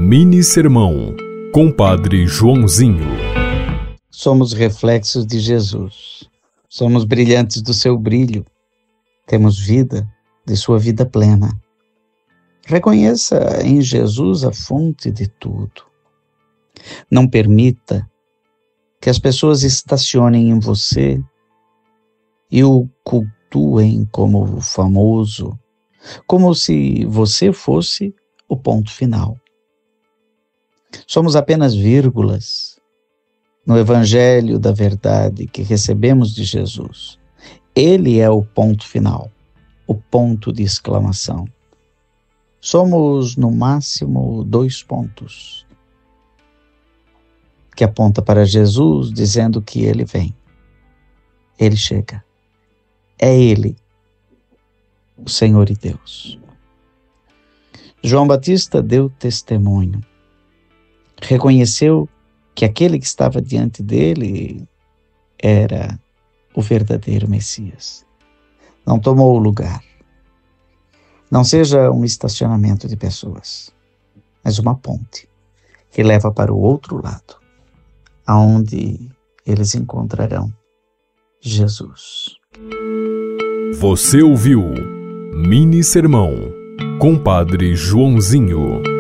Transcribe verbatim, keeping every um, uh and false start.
Mini Sermão, Compadre Joãozinho. Somos reflexos de Jesus. Somos brilhantes do seu brilho. Temos vida de sua vida plena. Reconheça em Jesus a fonte de tudo. Não permita que as pessoas estacionem em você e o cultuem como famoso, como se você fosse o ponto final. Somos apenas vírgulas no Evangelho da verdade que recebemos de Jesus. Ele é o ponto final, o ponto de exclamação. Somos, no máximo, dois pontos que aponta para Jesus, dizendo que Ele vem. Ele chega. É Ele, o Senhor e Deus. João Batista deu testemunho. Reconheceu que aquele que estava diante dele era o verdadeiro Messias. Não tomou o lugar. Não seja um estacionamento de pessoas, mas uma ponte que leva para o outro lado, aonde eles encontrarão Jesus. Você ouviu Mini Sermão, Compadre Joãozinho.